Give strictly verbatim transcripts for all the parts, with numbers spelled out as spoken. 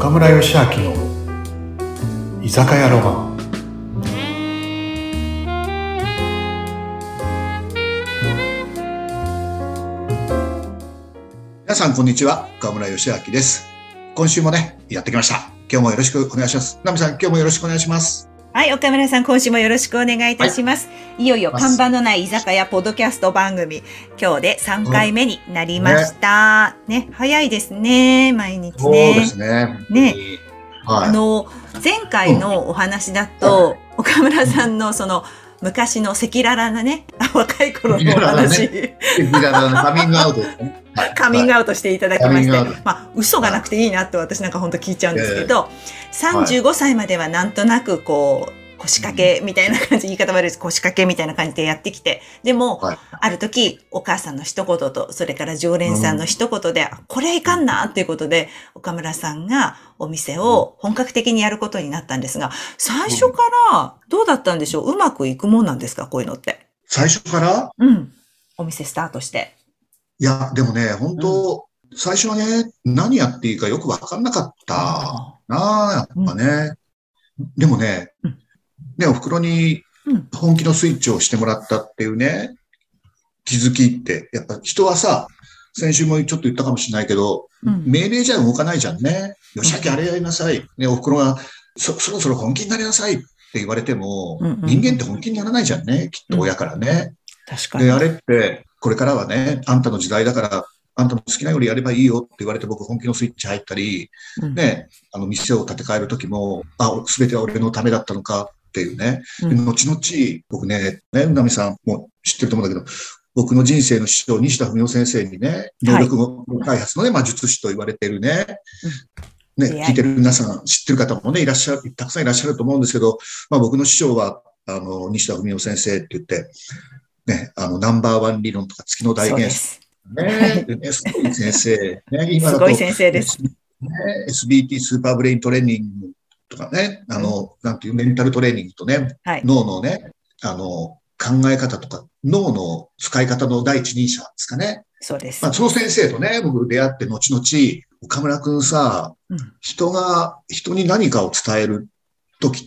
岡村義明の居酒屋ロマン。 皆さんこんにちは、岡村義明です。今週もねやってきました。今日もよろしくお願いします。ナミさん、今日もよろしくお願いします。 はい、岡村さん、今週もよろしくお願いいたします。はい、いよいよ看板のない居酒屋ポッドキャスト番組、今日でさんかいめになりました。うん、ね、ね、早いですね、毎日ね。 そうですね。 ね、はい、あの前回のお話だと、うん、岡村さんのその昔の赤裸々なね、若い頃のお話、 ね、赤裸々なカミングアウトですね。 カミングアウトしていただきまして、まあ、嘘がなくていいなって私なんか本当聞いちゃうんですけど、さんじゅうごさいまではなんとなくこう、腰掛けみたいな感じ、言い方悪いです。腰掛けみたいな感じでやってきて、でも、はい、ある時、お母さんの一言と、それから常連さんの一言で、うん、これはいかんなっていうことで、岡村さんがお店を本格的にやることになったんですが、最初からどうだったんでしょう？うまくいくもんなんですか？こういうのって。 最初から？ うん。お店スタートして。 いや、でもね、本当、うん、最初はね、何やっていいかよくわかんなかったなあ、やっぱね。うん、でもね、うん、ね、お袋に本気のスイッチをしてもらったっていうね、気づきって、やっぱ人はさ、先週もちょっと言ったかもしれないけど、うん、命令じゃ動かないじゃんね。よしあきあれやりなさい。ね、お袋がそ、そろそろ本気になりなさいって言われても、うんうんうん、人間って本気にならないじゃんね。きっと親からね。 うん、確かに。 で、あれって、これからはね、あんたの時代だから、あんたの好きなようにやればいいよって言われて僕本気のスイッチ入ったり、うん、ね、あの店を建て替える時も、あ、すべては俺のためだったのかっていうね。うん、後々、僕ね、ね、うなみさんも知ってると思うんだけど、僕の人生の師匠、西田文夫先生にね、能力開発のね、まあ術師と言われているね、うん、ね、聞いてる皆さん、知ってる方もね、いらっしゃる、たくさんいらっしゃると思うんですけど、まあ僕の師匠は、あの、西田文夫先生って言って、ね、あの、ナンバーワン理論とか月の大原則。ね、ね、すごい先生。ね、今だと。 すごい先生です。 ね、エスビーティー スーパーブレイントレーニングとかね、あの、うん、なんていうメンタルトレーニングとね、はい、脳のね、あの、考え方とか、脳の使い方の第一人者ですかね。 そうです。 まあ、その先生とね、僕出会って後々、岡村くんさ、うん、人が、人に何かを伝えるときって、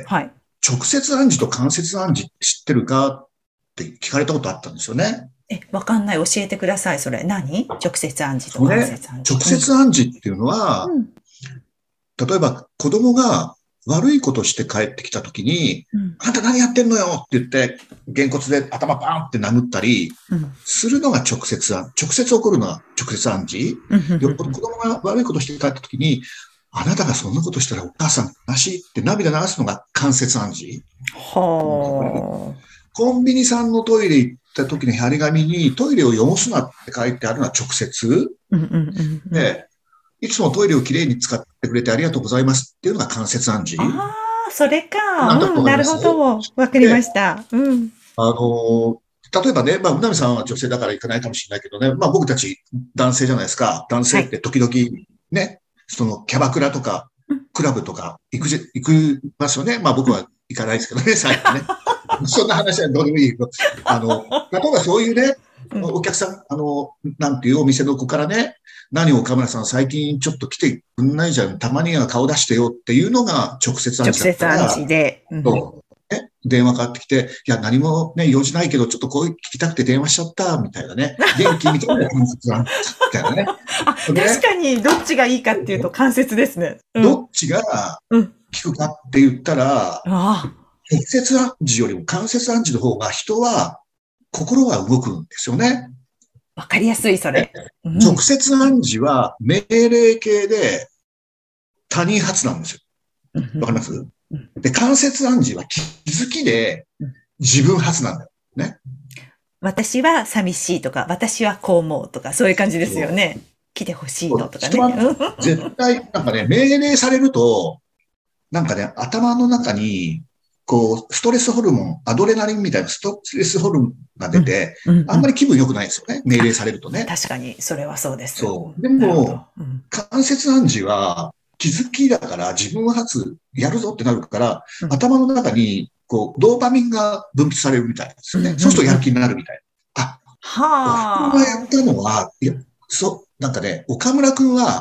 はい、直接暗示と間接暗示知ってるかって聞かれたことあったんですよね。 え、わかんない。教えてください。それ。何？直接暗示と間接暗示。 直接暗示っていうのは、うん、例えば子供が悪いことして帰ってきたときに、うん、あんた何やってんのよって言って、げんこつで頭バーンって殴ったり、するのが直接暗示。直接起こるのが直接暗示。よっぽど子供が悪いことして帰ったときに、あなたがそんなことしたらお母さん悲しいって涙流すのが間接暗示。はあ。コンビニさんのトイレ行った時の張り紙にトイレを汚すなって書いてあるのは直接。で、いつもトイレをきれいに使ってくれてありがとうございますっていうのが間接暗示。 ああ、それか。うん、なるほど。わかりました。うん。 あの、例えばね、まあ、うなみさんは女性だから行かないかもしれないけどね、まあ僕たち男性じゃないですか。男性って時々ね、はい、そのキャバクラとか、クラブとか行くじ、行くますよね。まあ僕は行かないですけどね、最後ね。そんな話はどうでもいいけど、あの、例えばそういうね、お客さん、あの、なんていうお店の子からね、何を岡村さん最近ちょっと来てくんないじゃん、たまには顔出してよっていうのが直接暗示だったら。 直接暗示で。 うん、そうね、電話かかってきて、いや、何もね、用事ないけど、ちょっとこう聞きたくて電話しちゃった、みたいなね。元気みたいな間接暗示みたいなね。 あ、確かに、どっちがいいかっていうと間接ですね。 うん、どっちが聞くかって言ったら、うん、ああ直接暗示よりも間接暗示の方が人は心が動くんですよね。 わかりやすい、それ。 うん、直接暗示は命令形で他人発なんですよ。わかります？で、間接暗示は気づきで自分発なんだよね。 私は寂しいとか、私はこう思うとか、そういう感じですよね。来てほしいのとかね。 人は絶対、なんかね、命令されると、なんかね、頭の中に、こう、ストレスホルモン、アドレナリンみたいなストレスホルモンが出て、うんうんうん、あんまり気分良くないですよね。命令されるとね。 確かに、それはそうです。 そう。でも、うん、間接暗示は気づきだから自分発やるぞってなるから、うん、頭の中に、こう、ドーパミンが分泌されるみたいですよね。うんうんうん、そうするとやる気になるみたいな。あ、はあ。おふくろがやったのは、いや、そう、なんかね、岡村くんは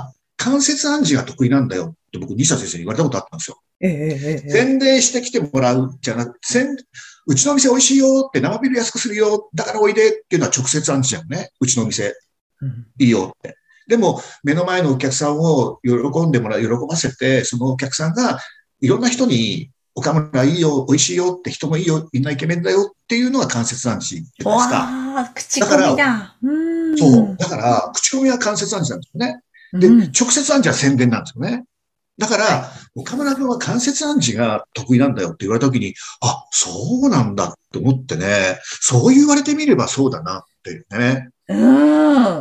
間接暗示が得意なんだよって僕、西田先生に言われたことあったんですよ。 ええええ、 宣伝してきてもらうじゃなくて、うちの店美味しいよって生ビール安くするよ、だからおいでっていうのは直接暗示じゃんね。うちの店、うん、いいよって。でも、目の前のお客さんを喜んでもらう、喜ばせて、そのお客さんがいろんな人に、岡村いいよ、美味しいよって人もいいよ、みんなイケメンだよっていうのが間接暗示って言うんですか。 わあ、口コミだ。 うん。そう。だから、口コミは間接暗示なんですよね。で、うん、直接暗示は宣伝なんですよね。だから、はい、岡村君は間接暗示が得意なんだよって言われたときに、あ、そうなんだって思ってね、そう言われてみればそうだなっていうね。 うん。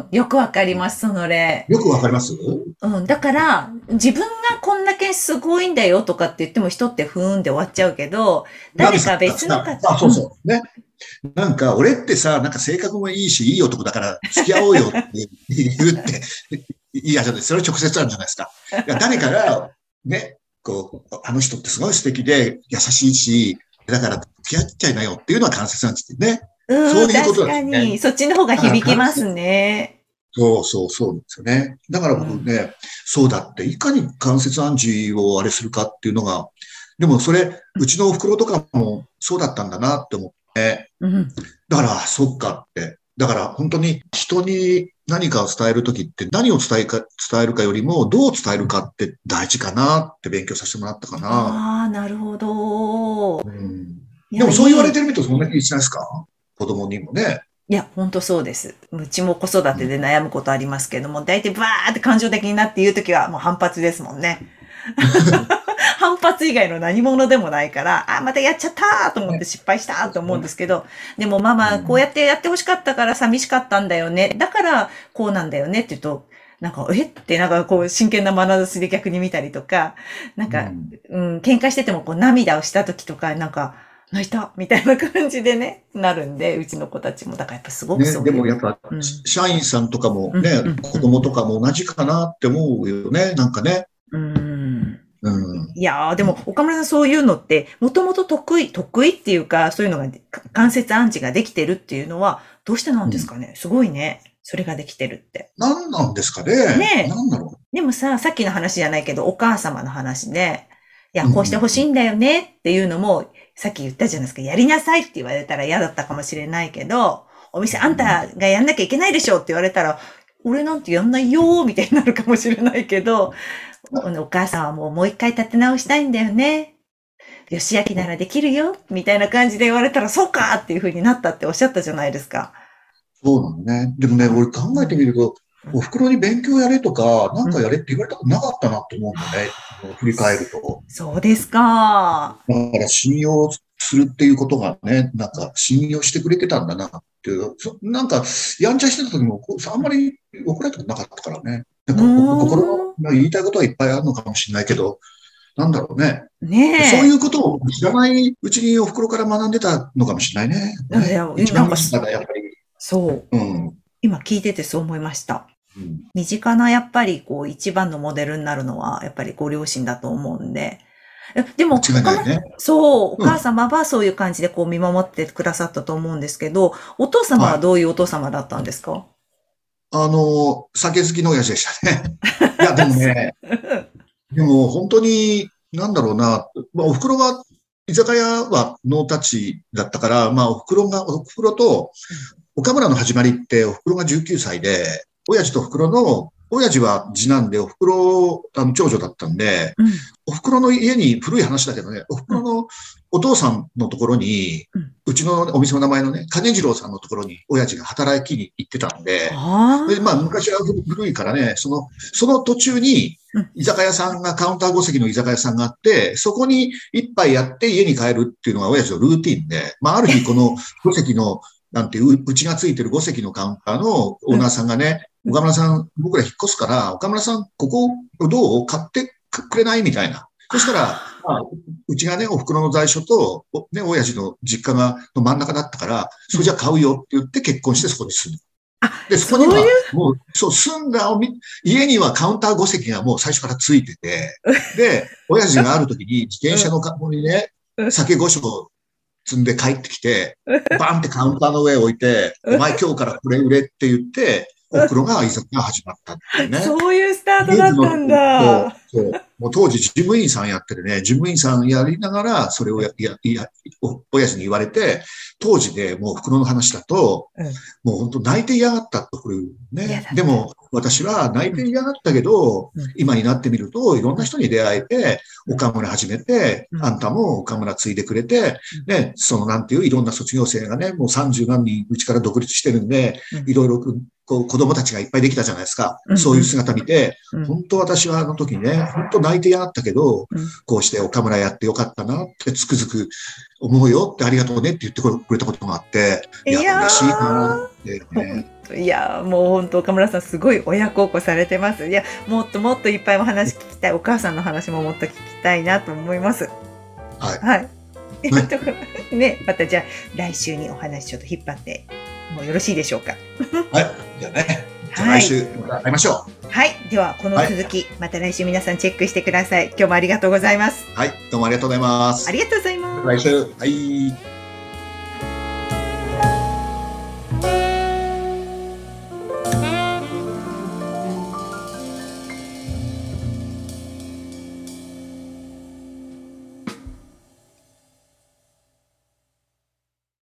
よくわかります、その例。 よくわかります？ うん。だから、自分がこんだけすごいんだよとかって言っても人ってふーんで終わっちゃうけど、誰か別の方。 あ、そうそう。ね。なんか、俺ってさ、なんか性格もいいし、いい男だから付き合おうよって言って、いや、それ直接あるじゃないですか。いや誰かが、ね、こう、あの人ってすごい素敵で優しいし、だから付き合っちゃいなよっていうのは間接なんですね。 うん、そういうことですね。確かに。そっちの方が響きますね。 そうそうそうですよね。だから僕ね、うん、そうだって、いかに間接暗示をあれするかっていうのが、でもそれ、うちのお袋とかもそうだったんだなって思って、うん、だから、そっかって。だから本当に人に何かを伝えるときって何を伝えか、伝えるかよりもどう伝えるかって大事かなって勉強させてもらったかな。 ああ、なるほど、 うん。でもそう言われてるとそんな気しないですか？子供にもね。 いや、本当そうです。うちも子育てで悩むことありますけども、大体バーって感情的になって言うときはもう反発ですもんね。反発以外の何者でもないから、あ、またやっちゃったと思って失敗したと思うんですけど、でもママ、こうやってやってほしかったから寂しかったんだよね。だからこうなんだよねって言うと、なんか、えってなんかこう真剣な眼差しで逆に見たりとか、なんか、うん、うん、喧嘩しててもこう涙をした時とか、なんか、泣いたみたいな感じでね、なるんで、うちの子たちも。だからやっぱすごくそういう。 ね、でもやっぱ、うん、社員さんとかもね、うんうんうん、子供とかも同じかなって思うよね、なんかね。 うんうん、いやー、でも、岡村さんそういうのって、もともと得意、得意っていうか、そういうのが、間接暗示ができてるっていうのは、どうしてなんですかね、うん、すごいね。それができてるって。 何なんですかね。 ねえ。 何だろう。 でもさ、さっきの話じゃないけど、お母様の話で、いや、こうしてほしいんだよねっていうのも、うん、さっき言ったじゃないですか、やりなさいって言われたら嫌だったかもしれないけど、お店あんたがやんなきゃいけないでしょって言われたら、俺なんてやんないよーみたいになるかもしれないけど、お母さんはもうもう一回立て直したいんだよね。吉明ならできるよみたいな感じで言われたら、そうかっていう風になったっておっしゃったじゃないですか。 そうなのね。でもね、俺考えてみると、お袋に勉強やれとか、なんかやれって言われたことなかったなって思うんだね。うん、振り返ると。 そうですか。 だから信用するっていうことがね、なんか信用してくれてたんだなっていう。なんか、やんちゃしてた時も、あんまり怒られたことなかったからね。なんか心の言いたいことはいっぱいあるのかもしれないけど、なんだろうね。 ねえ。 そういうことを知らないうちにお袋から学んでたのかもしれないね。 ね、いや、なんか、やっぱり。そう。 うん。 今聞いててそう思いました。うん、身近なやっぱりこう一番のモデルになるのはやっぱりご両親だと思うんで。でも、 間違いないね、 そう、お母様はそういう感じでこう見守ってくださったと思うんですけど、お父様はどういうお父様だったんですか？はい、 あの、酒好きの親父でしたね。いや、でもね、でも本当に、なんだろうな、まあ、お袋は、居酒屋はノータッチだったから、まあ、お袋が、お袋と、岡村の始まりって、お袋がじゅうきゅうさいで、親父とお袋の、親父は次男で、お袋、あの、長女だったんで、うん、お袋の家に、古い話だけどね、お袋のお父さんのところに、うん、うちのお店の名前のね、金次郎さんのところに、親父が働きに行ってたんで、でまあ、昔は古いからね、その、その途中に、居酒屋さんが、カウンターご席の居酒屋さんがあって、そこに一杯やって家に帰るっていうのが親父のルーティンで、まあ、ある日このご席の、なんていう、うちがついてるご席のカウンターのオーナーさんがね、うん、岡村さん、僕ら引っ越すから、岡村さん、ここ、どう買ってくれないみたいな。そしたら、まあ、うちがね、お袋の在所と、ね、親父の実家が、の真ん中だったから、それじゃ買うよって言って結婚してそこに住む。で、そこには、もう、そう、住んだおみ、家にはカウンターご席がもう最初からついてて、で、親父がある時に自転車のカゴにね、酒ごしょ積んで帰ってきて、バンってカウンターの上置いて、お前今日からこれ売れって言って、 おふくろが居酒屋始まったっていうね。 そういうスタートだったんだ。 そう。もう当時事務員さんやってるね、事務員さんやりながら、それをや、や、や、お、親父に言われて、当時でもう袋の話だと、うん、もう本当泣いて嫌がったところね。でも私は泣いて嫌がったけど、うん、今になってみるといろんな人に出会えて、岡村始めて、うん、あんたも岡村継いでくれて、うん、ね、そのなんていういろんな卒業生がね、もうさんじゅうなんにんうちから独立してるんで、うん、いろいろこう子供たちがいっぱいできたじゃないですか。うん、そういう姿見て、うん、本当私はあの時ね、本当泣いて嫌がったけど、うん、こうして岡村やってよかったなってつくづく思うよってありがとうねって言ってくれたことがあって、いや、いや嬉しいなってね。 いや、もう本当岡村さんすごい親孝行されてます。いや、もっともっといっぱいお話聞きたい。お母さんの話ももっと聞きたいなと思います。 はい。 はい。ね, ね、またじゃあ来週にお話ちょっと引っ張ってもうよろしいでしょうか。 はい。じゃあね。じゃあ来週また会いましょう。 はい。ではこの続き、はい、また来週皆さんチェックしてください。今日もありがとうございます。 はい。どうもありがとうございます。 ありがとうございます。 来週。はい。